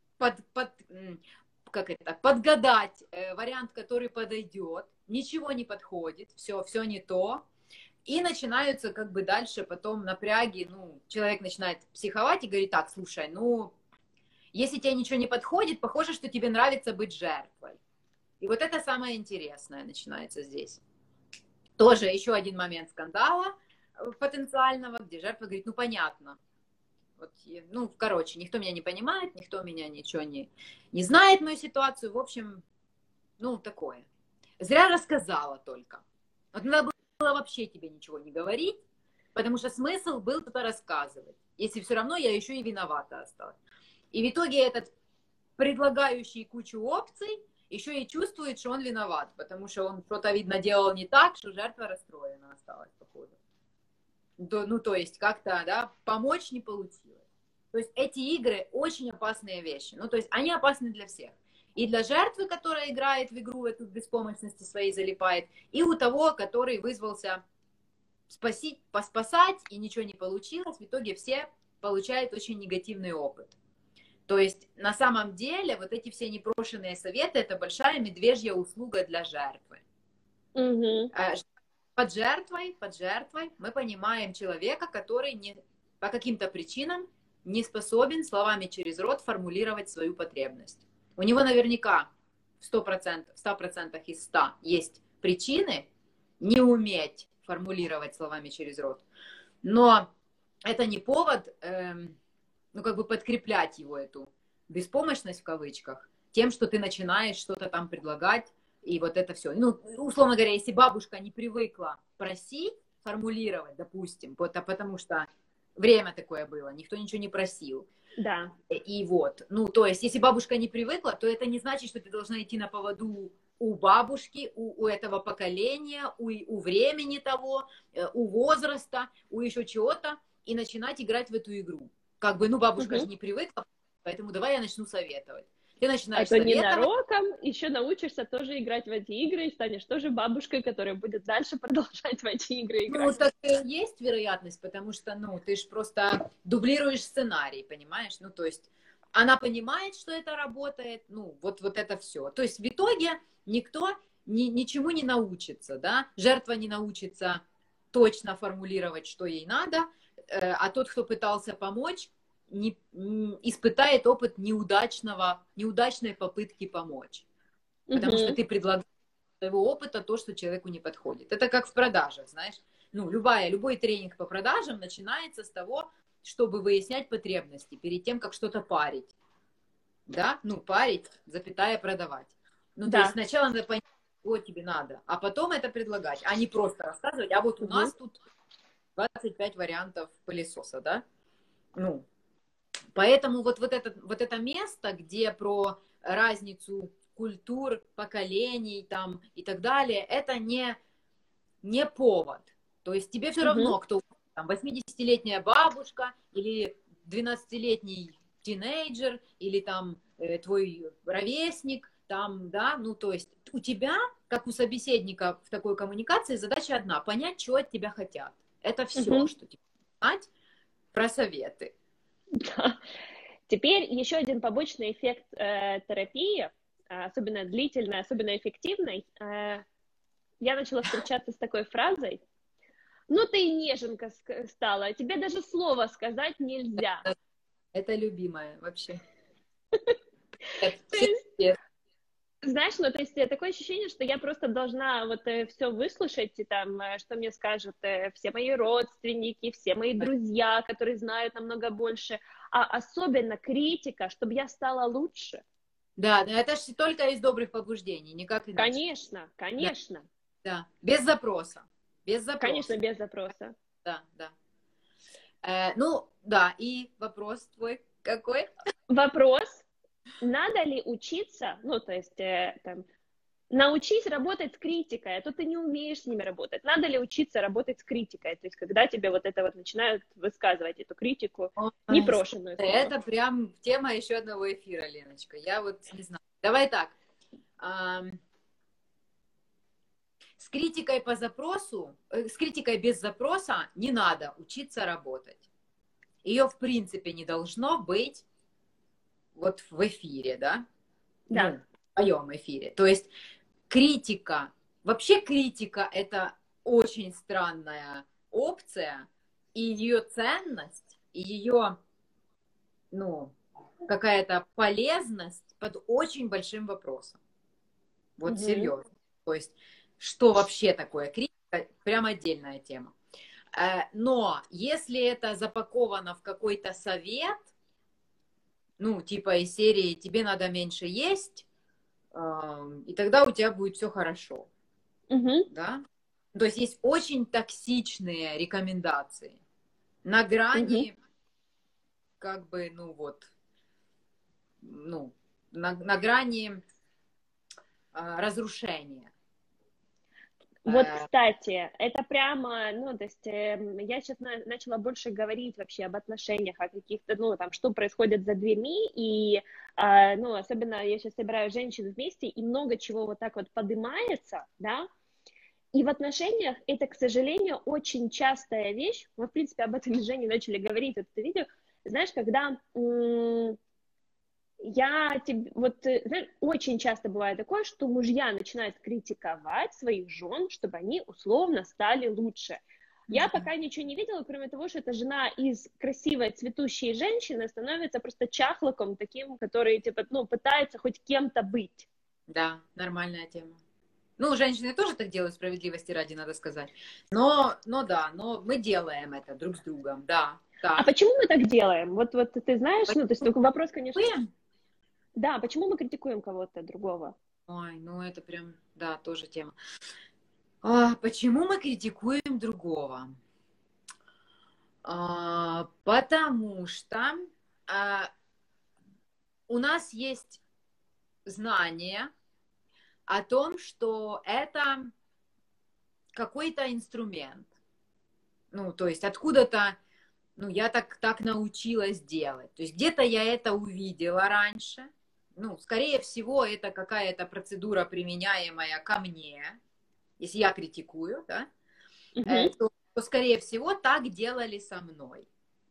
подгадать вариант, который подойдет, ничего не подходит, все не то, и начинаются как бы дальше потом напряги, ну, человек начинает психовать и говорит: так, слушай, ну, если тебе ничего не подходит, похоже, что тебе нравится быть жертвой. И вот это самое интересное начинается здесь. Тоже еще один момент скандала потенциального, где жертва говорит: ну, понятно. Вот, ну, короче, никто меня не понимает, никто меня ничего не знает, мою ситуацию. В общем, ну, такое. Зря рассказала только. Вот надо было было вообще тебе ничего не говорить, потому что смысл был что-то рассказывать, если все равно я еще и виновата осталась. И в итоге этот предлагающий кучу опций еще и чувствует, что он виноват, потому что он что-то, видно, делал не так, что жертва расстроена осталась, походу. Ну, то есть как-то, да, помочь не получилось. То есть эти игры очень опасные вещи. Ну, то есть они опасны для всех. И для жертвы, которая играет в игру, эту беспомощности своей залипает, и у того, который вызвался поспасать, и ничего не получилось, в итоге все получают очень негативный опыт. То есть на самом деле вот эти все непрошенные советы — это большая медвежья услуга для жертвы. Угу. Под жертвой мы понимаем человека, который по каким-то причинам не способен словами через рот формулировать свою потребность. У него наверняка в 100% из 100 есть причины не уметь формулировать словами через рот. Но это не повод, подкреплять его, эту беспомощность в кавычках, тем, что ты начинаешь что-то там предлагать, и вот это все. Ну, условно говоря, если бабушка не привыкла просить, формулировать, допустим, потому что время такое было, никто ничего не просил. Да. И вот, ну, то есть, если бабушка не привыкла, то это не значит, что ты должна идти на поводу у бабушки, у этого поколения, у времени того, у возраста, у еще чего-то, и начинать играть в эту игру. Как бы, ну, бабушка же не привыкла, поэтому давай я начну советовать. Ты начинаешь советовать. Ненароком еще научишься тоже играть в эти игры и станешь тоже бабушкой, которая будет дальше продолжать в эти игры играть. Ну, так и есть вероятность, потому что, ну, ты же просто дублируешь сценарий, понимаешь? Ну, то есть она понимает, что это работает, ну, вот это все. То есть в итоге никто ничему не научится, да? Жертва не научится точно формулировать, что ей надо, а тот, кто пытался помочь, испытает опыт неудачной попытки помочь. Потому что ты предлагаешь своего опыта то, что человеку не подходит. Это как в продажах, знаешь. Ну, любой тренинг по продажам начинается с того, чтобы выяснять потребности перед тем, как что-то парить. Да? Ну, парить, продавать. Ну, да. То есть сначала надо понять, что тебе надо, а потом это предлагать, а не просто рассказывать, а вот у нас тут 25 вариантов пылесоса, да? Ну, поэтому вот это место, где про разницу культур, поколений там и так далее, это не повод. То есть тебе все равно, кто там 80-летняя бабушка или 12-летний тинейджер или там твой ровесник, там, да, ну то есть у тебя, как у собеседника в такой коммуникации, задача одна: понять, что от тебя хотят. Это все, что тебе знать про советы. Да. Теперь еще один побочный эффект терапии, особенно длительной, особенно эффективной. Я начала встречаться с такой фразой: ну ты и неженка стала, тебе даже слова сказать нельзя. Это любимое вообще. Знаешь, ну, то есть такое ощущение, что я просто должна вот все выслушать, и там, что мне скажут все мои родственники, все мои друзья, которые знают намного больше, а особенно критика, чтобы я стала лучше. Да, это же только из добрых побуждений, никак иначе. Конечно, конечно. Да, без запроса. Конечно, без запроса. Да. Ну, да, и вопрос твой какой? Вопрос: надо ли учиться, ну, то есть, там, научись работать с критикой, а то ты не умеешь с ними работать. Надо ли учиться работать с критикой? То есть, когда тебе вот это вот начинают высказывать эту критику, непрошенную. Это прям тема еще одного эфира, Леночка. Я вот не знаю. Давай так. С критикой по запросу, с критикой без запроса не надо учиться работать. Ее, в принципе, не должно быть вот в эфире, да? Да. Ну, в своем эфире. То есть вообще критика — это очень странная опция, и ее ценность, и ее, ну, какая-то полезность под очень большим вопросом. Вот серьезно. То есть, что вообще такое критика, прям отдельная тема. Но если это запаковано в какой-то совет, ну, типа из серии «тебе надо меньше есть», и тогда у тебя будет все хорошо. Да? То есть есть очень токсичные рекомендации на грани, как бы, ну вот, ну, на грани разрушения. Вот, кстати, это прямо, ну, то есть я сейчас начала больше говорить вообще об отношениях, о каких-то, ну, там, что происходит за дверьми, и, ну, особенно я сейчас собираю женщин вместе, и много чего вот так вот поднимается, да, и в отношениях это, к сожалению, очень частая вещь, мы, в принципе, об этом с Женей начали говорить, вот это видео, знаешь, когда... знаешь, очень часто бывает такое, что мужья начинают критиковать своих жен, чтобы они условно стали лучше. Я пока ничего не видела, кроме того, что эта жена из красивой, цветущей женщины становится просто чахлоком таким, который, типа, ну, пытается хоть кем-то быть. Да, нормальная тема. Ну, женщины тоже так делают, справедливости ради, надо сказать. Но мы делаем это друг с другом, да. А почему мы так делаем? Вот ты знаешь, ну, то есть такой вопрос, конечно... Да, почему мы критикуем кого-то другого? Ой, ну это прям, да, тоже тема. Почему мы критикуем другого? Потому что у нас есть знание о том, что это какой-то инструмент. Ну, то есть откуда-то, ну, я так научилась делать. То есть где-то я это увидела раньше. Ну, скорее всего, это какая-то процедура, применяемая ко мне. Если я критикую, да, то, скорее всего, так делали со мной.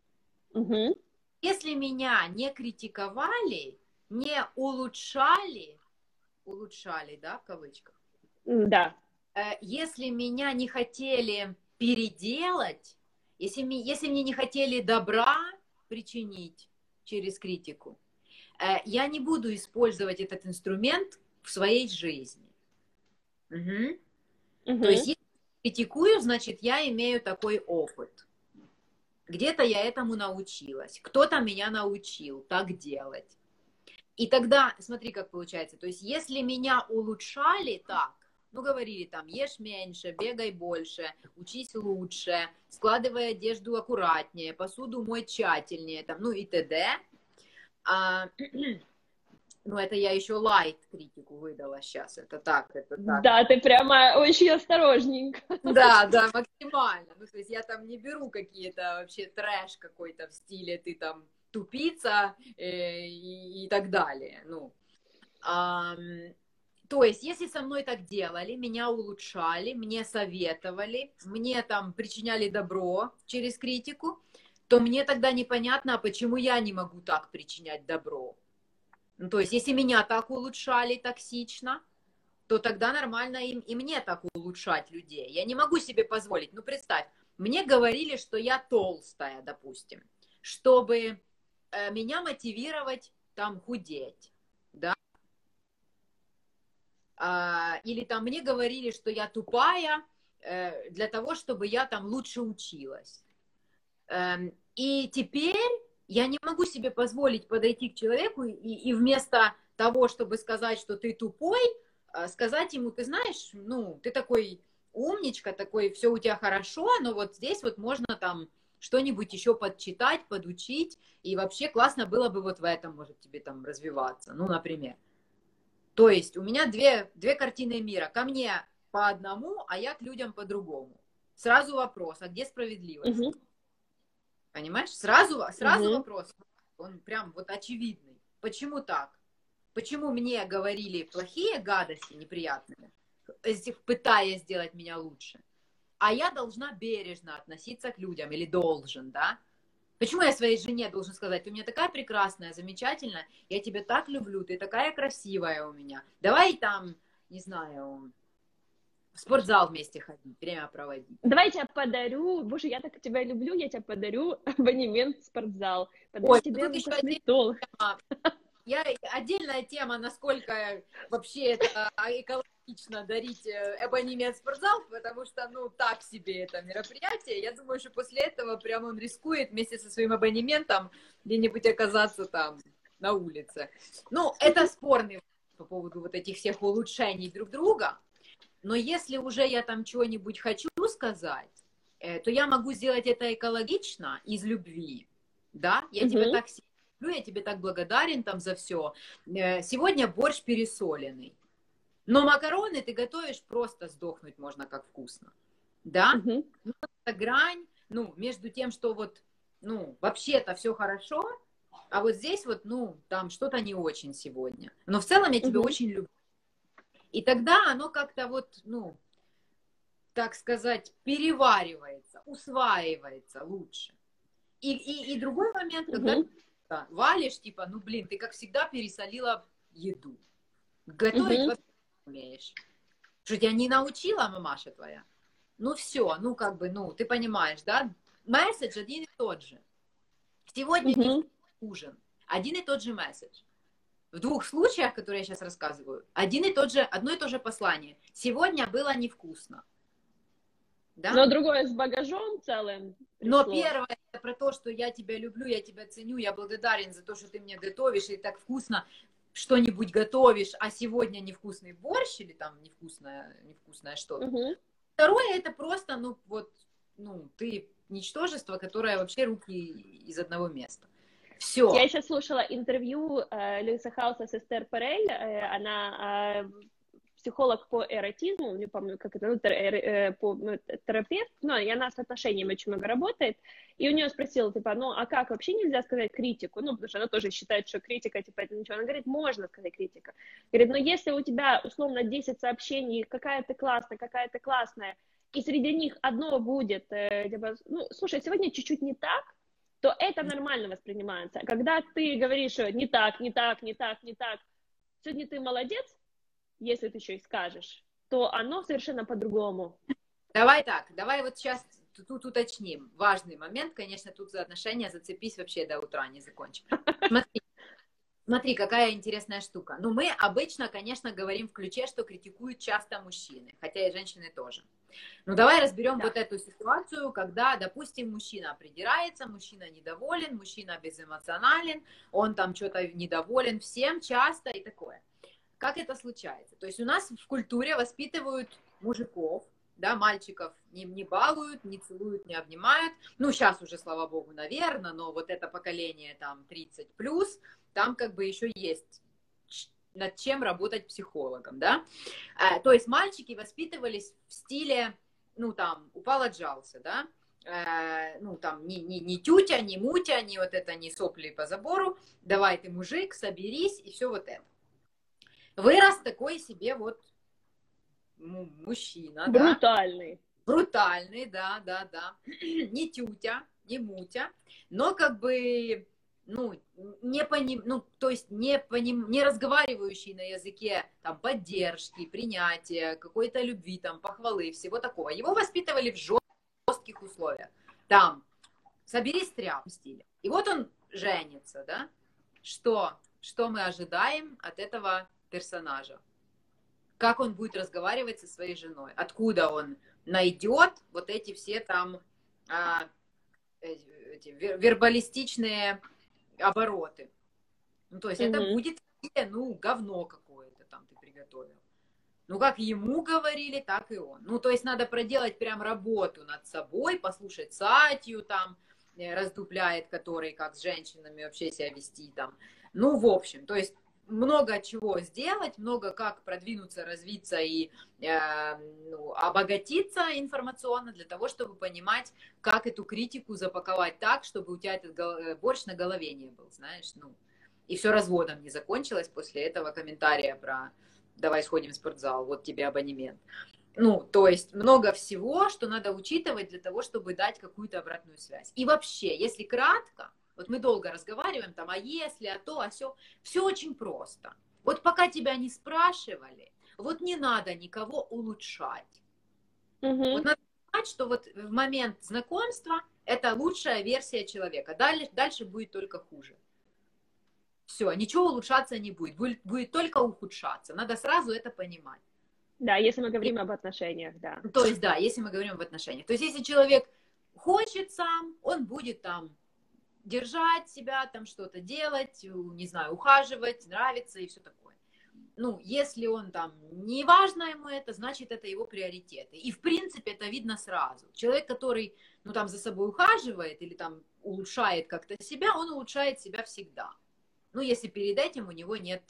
Если меня не критиковали, не улучшали, да, в кавычках. Да. Если меня не хотели переделать, если мне не хотели добра причинить через критику, я не буду использовать этот инструмент в своей жизни. То есть, если критикую, значит, я имею такой опыт. Где-то я этому научилась. Кто-то меня научил так делать. И тогда, смотри, как получается. То есть, если меня улучшали так, ну, говорили там, ешь меньше, бегай больше, учись лучше, складывай одежду аккуратнее, посуду мой тщательнее, там, ну и т.д. Ну, это я еще лайт критику выдала сейчас, это так. Да, ты прямо очень осторожненько. Да, максимально. Ну, то есть я там не беру какие-то вообще трэш какой-то в стиле ты там тупица и так далее. Ну, то есть, если со мной так делали, меня улучшали, мне советовали, мне там причиняли добро через критику, то мне тогда непонятно, а почему я не могу так причинять добро. Ну, то есть, если меня так улучшали токсично, то тогда нормально и мне так улучшать людей. Я не могу себе позволить. Ну, представь, мне говорили, что я толстая, допустим, чтобы меня мотивировать там худеть, да. Или там мне говорили, что я тупая для того, чтобы я там лучше училась. И теперь я не могу себе позволить подойти к человеку и вместо того, чтобы сказать, что ты тупой, сказать ему, ты знаешь, ну, ты такой умничка, такой, все у тебя хорошо, но вот здесь вот можно там что-нибудь еще подчитать, подучить, и вообще классно было бы вот в этом, может, тебе там развиваться, ну, например. То есть у меня две картины мира. Ко мне по одному, а я к людям по другому. Сразу вопрос, а где справедливость? Понимаешь? Сразу вопрос. Он прям вот очевидный. Почему так? Почему мне говорили плохие гадости, неприятные, пытаясь сделать меня лучше? А я должна бережно относиться к людям, или должен, да? Почему я своей жене должен сказать, ты у меня такая прекрасная, замечательная, я тебя так люблю, ты такая красивая у меня. Давай там, не знаю, в спортзал вместе ходить, время проводить. Давай я тебя подарю, боже, я так тебя люблю, я тебе подарю абонемент в спортзал. Ой, тебе тут еще отдельная тема, насколько вообще это экологично дарить абонемент в спортзал, потому что, ну, так себе это мероприятие. Я думаю, что после этого прям он рискует вместе со своим абонементом где-нибудь оказаться там на улице. Ну, это спорный по поводу вот этих всех улучшений друг друга. но если уже я там чего-нибудь хочу сказать, то я могу сделать это экологично, из любви, да, я тебя так сильно люблю, я тебе так благодарен там за все. Сегодня борщ пересоленный, но макароны ты готовишь, просто сдохнуть можно, как вкусно, да, ну, это грань, ну, между тем, что вот, ну, вообще-то все хорошо, а вот здесь вот, ну, там что-то не очень сегодня, но в целом я тебя очень люблю. И тогда оно как-то вот, ну, так сказать, переваривается, усваивается лучше. И другой момент, когда ты валишь, типа, ну, блин, ты, как всегда, пересолила еду. Готовить вообще не умеешь. Что, тебя не научила мамаша твоя? Ну, все, ну, как бы, ну, ты понимаешь, да? Месседж один и тот же. Сегодня не ужин. Один и тот же месседж. В двух случаях, которые я сейчас рассказываю, одно и то же послание. Сегодня было невкусно. Да? Но другое с багажом целым Но пришло. первое это про то, что я тебя люблю, я тебя ценю, я благодарен за то, что ты мне готовишь, и так вкусно что-нибудь готовишь, а сегодня невкусный борщ или там невкусное что-то. Второе это просто, ну вот, ну ты ничтожество, которое вообще руки из одного места. Все. Я еще слушала интервью Льюиса Хауса с Эстер Перель, она психолог по эротизму, не помню, как это, терапевт, но и она с отношениями очень много работает, и у нее спросила, типа, ну, а как, вообще нельзя сказать критику? Ну, потому что она тоже считает, что критика, типа, это ничего. Она говорит, можно сказать критика. Говорит, но если у тебя, условно, 10 сообщений, какая ты классная, и среди них одно будет, типа, ну, слушай, сегодня чуть-чуть не так, то это нормально воспринимается. Когда ты говоришь, что не так, сегодня ты молодец, если ты еще и скажешь, то оно совершенно по-другому. Давай вот сейчас тут уточним. Важный момент, конечно, тут за отношения зацепись вообще до утра, не закончим. Смотри, какая интересная штука. Ну, мы обычно, конечно, говорим в ключе, что критикуют часто мужчины, хотя и женщины тоже. Ну, давай разберем вот эту ситуацию, когда, допустим, мужчина придирается, мужчина недоволен, мужчина безэмоционален, он там что-то недоволен всем часто и такое. Как это случается? То есть у нас в культуре воспитывают мужиков, да, мальчиков не балуют, не целуют, не обнимают. Ну, сейчас уже, слава богу, наверное, но вот это поколение там 30+, там как бы еще есть над чем работать психологом, да. То есть мальчики воспитывались в стиле, ну, там, упал, отжался, да. Ну, там, не тютя, не мутя, не вот это, не сопли по забору. Давай ты мужик, соберись, и все вот это. Вырос такой себе вот мужчина, брутальный. Да? Брутальный, да. Не тютя, не мутя, но как бы, ну, не разговаривающий на языке там поддержки, принятия, какой-то любви, там, похвалы, всего такого. Его воспитывали в жестких условиях. Там, соберись тряп в стиле. И вот он женится, да? Что мы ожидаем от этого персонажа? Как он будет разговаривать со своей женой? Откуда он найдет вот эти все там вербалистичные обороты? Ну, то есть это будет, ну, говно какое-то там ты приготовил. Ну, как ему говорили, так и он. Ну, то есть надо проделать прям работу над собой, послушать Сатью там, раздупляет, который как с женщинами вообще себя вести там. Ну, в общем, то есть много чего сделать, много как продвинуться, развиться и обогатиться информационно для того, чтобы понимать, как эту критику запаковать так, чтобы у тебя этот борщ на голове не был, знаешь, ну. И все разводом не закончилось после этого комментария про «давай сходим в спортзал, вот тебе абонемент». Ну, то есть много всего, что надо учитывать для того, чтобы дать какую-то обратную связь. И вообще, если кратко, вот мы долго разговариваем, там, а если, а то, а сё, все очень просто. Вот пока тебя не спрашивали, вот не надо никого улучшать. Вот надо понимать, что вот в момент знакомства это лучшая версия человека, дальше будет только хуже. Все, ничего улучшаться не будет, будет только ухудшаться. Надо сразу это понимать. Да, если мы говорим об отношениях, да. То есть, да, если мы говорим об отношениях. То есть, если человек хочет сам, он будет там держать себя, там что-то делать, не знаю, ухаживать, нравится и все такое. ну, если он там, не важно ему это, значит, это его приоритеты. И, в принципе, это видно сразу. Человек, который, ну, там, за собой ухаживает или там улучшает как-то себя, он улучшает себя всегда. Ну, если перед этим у него нет,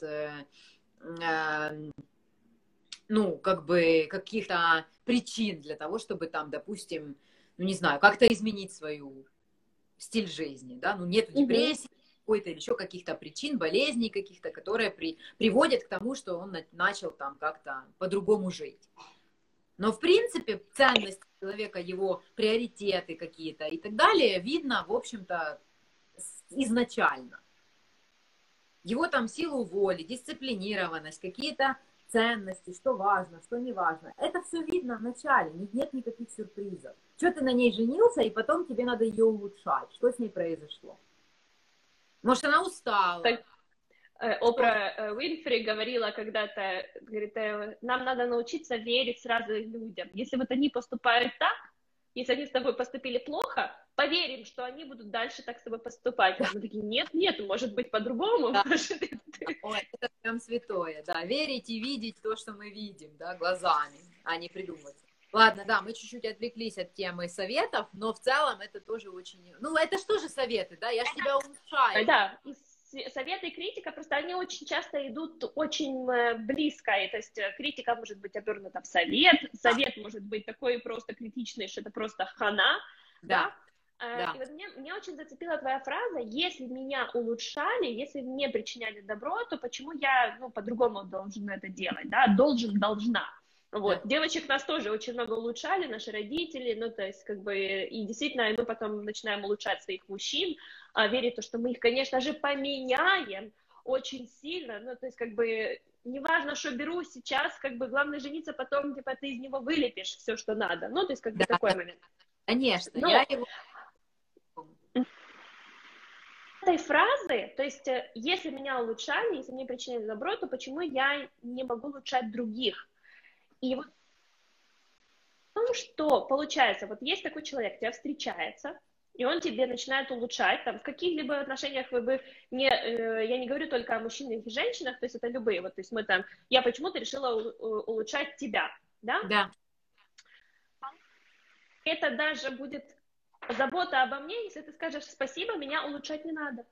ну, как бы, каких-то причин для того, чтобы там, допустим, ну, не знаю, как-то изменить свою стиль жизни, да, ну, нет депрессии, какой-то или еще каких-то причин, болезней каких-то, которые приводят к тому, что он начал там как-то по-другому жить. Но, в принципе, ценность человека, его приоритеты какие-то и так далее видно, в общем-то, изначально. Его там силу воли, дисциплинированность, какие-то ценности, что важно, что не важно. Это все видно в начале, нет никаких сюрпризов. Что ты на ней женился, и потом тебе надо ее улучшать. Что с ней произошло? Может, она устала? Так, Опра Уинфри говорила когда-то, говорит, нам надо научиться верить сразу людям. Если вот они поступают так, если они с тобой поступили плохо, поверим, что они будут дальше так с тобой поступать. Мы такие, нет, может быть по-другому. Да. Ой, это прям святое, да. Верить и видеть то, что мы видим, да, глазами, а не придумать. Ладно, да, мы чуть-чуть отвлеклись от темы советов, но в целом это тоже очень... Ну, это же тоже советы, да, я же тебя улучшаю. Да, советы и критика, просто они очень часто идут очень близко, и, то есть критика может быть обернута в совет может быть такой просто критичный, что это просто хана, да. И вот мне очень зацепила твоя фраза: если меня улучшали, если мне причиняли добро, то почему я, ну, по-другому должен это делать, да, должна. Вот, девочек нас тоже очень много улучшали, наши родители, ну, то есть, как бы, и действительно, мы потом начинаем улучшать своих мужчин, верить в то, что мы их, конечно же, поменяем очень сильно, ну, то есть, как бы, неважно, что беру сейчас, как бы, главное жениться, потом, типа, ты из него вылепишь все, что надо, ну, то есть, как бы, такой момент. Конечно, но... я его... Этой фразы, то есть, если меня улучшали, если мне причиняли добро, то почему я не могу улучшать других? И вот в том, что получается, вот есть такой человек, тебя встречается, и он тебе начинает улучшать, там, в каких-либо отношениях вы бы не, я не говорю только о мужчинах и женщинах, то есть это любые, вот, то есть мы там, я почему-то решила улучшать тебя, да? Да. Это даже будет забота обо мне, если ты скажешь спасибо, меня улучшать не надо.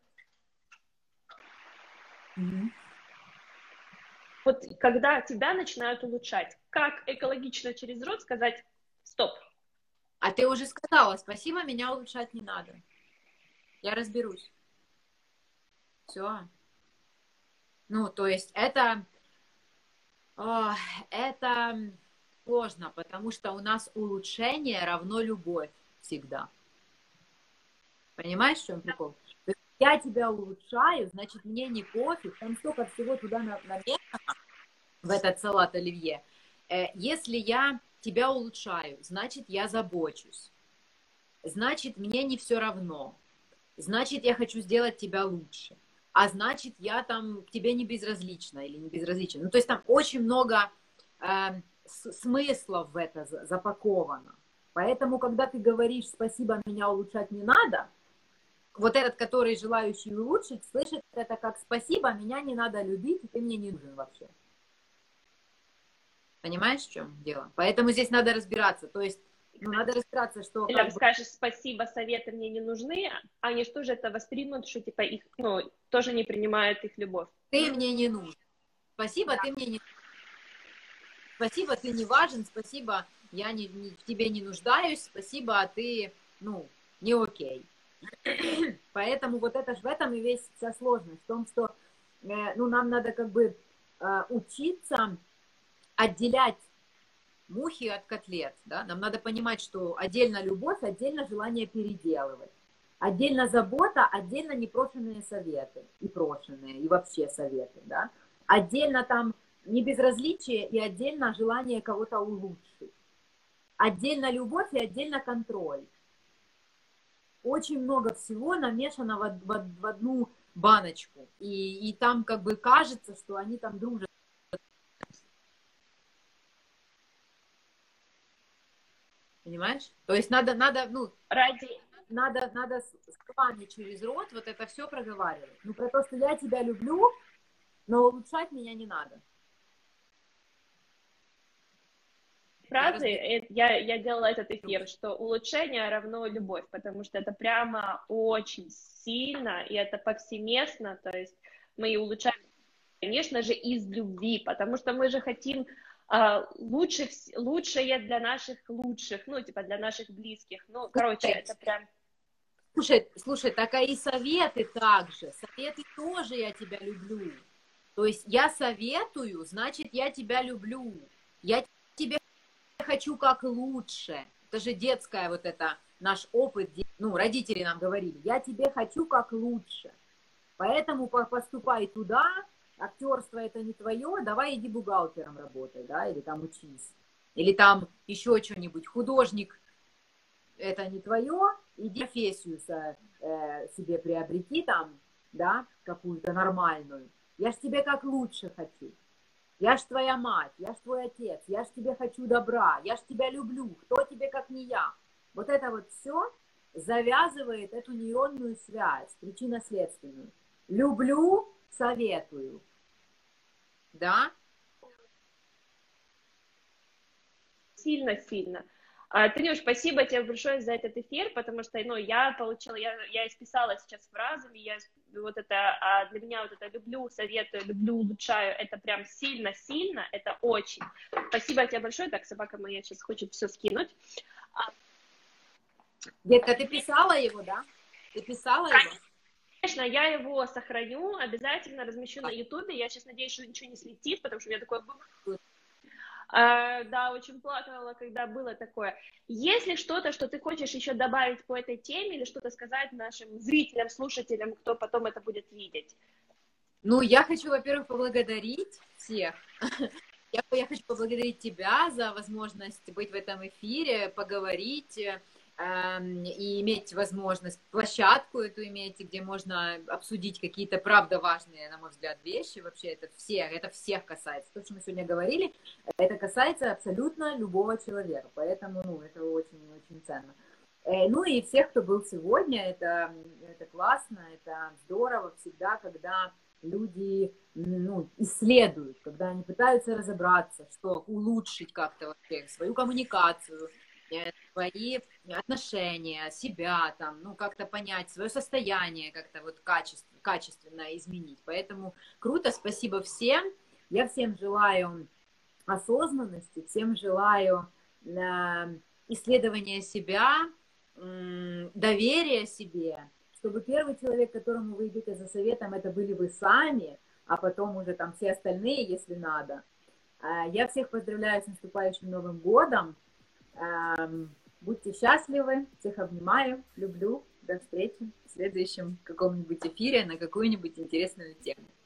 Вот когда тебя начинают улучшать, как экологично через рот сказать стоп? А ты уже сказала, спасибо, меня улучшать не надо. Я разберусь. Все. Ну, то есть это сложно, потому что у нас улучшение равно любовь всегда. Понимаешь, в чем прикол? Я тебя улучшаю, значит, мне не пофиг, там столько всего туда намешано, в этот салат оливье. Если я тебя улучшаю, значит, я забочусь. Значит, мне не все равно. Значит, я хочу сделать тебя лучше. А значит, я там к тебе не безразлична или не безразлична. Ну, то есть там очень много смыслов в это запаковано. Поэтому, когда ты говоришь «спасибо, меня улучшать не надо», вот этот, который желающий улучшить, слышит это как «спасибо, меня не надо любить, и ты мне не нужен вообще». Понимаешь, в чем дело? Поэтому здесь надо разбираться. То есть, ну, надо разбираться, что... Или скажешь спасибо, советы мне не нужны, они что же это воспримут, что типа их, ну, тоже не принимают их любовь. Ты мне не нужен. Спасибо, да. Ты мне не нужен. Спасибо, ты не важен. Спасибо, я в тебе не нуждаюсь. Спасибо, ты, ну, не окей. Поэтому вот это ж в этом и весь вся сложность. В том, что, ну, нам надо как бы учиться отделять мухи от котлет, да? Нам надо понимать, что отдельно любовь, отдельно желание переделывать, отдельно забота, отдельно непрошенные советы, и прошенные, и вообще советы, да? Отдельно там небезразличие и отдельно желание кого-то улучшить, отдельно любовь и отдельно контроль. Очень много всего намешано в одну баночку, и там как бы кажется, что они там дружат. Понимаешь? То есть надо, ну, надо словами через рот вот это все проговаривать. Ну, про то, что я тебя люблю, но улучшать меня не надо. фразы, я делала этот эфир, что улучшение равно любовь, потому что это прямо очень сильно, и это повсеместно, то есть мы улучшаем, конечно же, из любви, потому что мы же хотим лучшее для наших лучших, ну, типа, для наших близких, ну, короче, это прям... Слушай, так и советы также, советы тоже я тебя люблю, то есть я советую, значит, я тебя люблю, я тебе хочу как лучше, это же детская вот это, наш опыт, ну, родители нам говорили, я тебе хочу как лучше, поэтому поступай туда, актерство это не твое, давай иди бухгалтером работай, да, или там учись, или там еще что-нибудь, художник, это не твое, иди профессию себе приобрети там, да, какую-то нормальную. Я ж тебе как лучше хочу. Я ж твоя мать, я ж твой отец, я ж тебе хочу добра, я ж тебя люблю, кто тебе как не я. Вот это вот все завязывает эту нейронную связь, причинно-следственную. Люблю, советую. Да? Сильно-сильно. Танюш, спасибо тебе большое за этот эфир, потому что, ну, я исписала сейчас фразами, вот это, для меня вот это люблю, советую, люблю, улучшаю, это прям сильно-сильно, это очень. Спасибо тебе большое, так, собака моя сейчас хочет все скинуть. Детка, ты писала его, да? Ты писала его? Конечно, я его сохраню, обязательно размещу на Ютубе, я сейчас надеюсь, что ничего не слетит, потому что у меня такое было. Да, очень плакала, когда было такое. Если что-то, что ты хочешь еще добавить по этой теме или что-то сказать нашим зрителям, слушателям, кто потом это будет видеть? Ну, я хочу, во-первых, поблагодарить всех. Я хочу поблагодарить тебя за возможность быть в этом эфире, поговорить и иметь возможность, площадку эту иметь, где можно обсудить какие-то, правда, важные, на мой взгляд, вещи. Вообще это всех касается. То, что мы сегодня говорили, это касается абсолютно любого человека. Поэтому, ну, это очень-очень ценно. Ну и всех, кто был сегодня, это классно, это здорово всегда, когда люди, ну, исследуют, когда они пытаются разобраться, что улучшить как-то вообще свою коммуникацию, свои отношения, себя там, ну, как-то понять свое состояние, как-то вот качественно изменить. Поэтому круто, спасибо всем. Я всем желаю осознанности, всем желаю исследования себя, доверия себе, чтобы первый человек, к которому вы идете за советом, это были вы сами, а потом уже там все остальные, если надо. Я всех поздравляю с наступающим Новым годом. Будьте счастливы, всех обнимаю, люблю. До встречи в следующем каком-нибудь эфире на какую-нибудь интересную тему.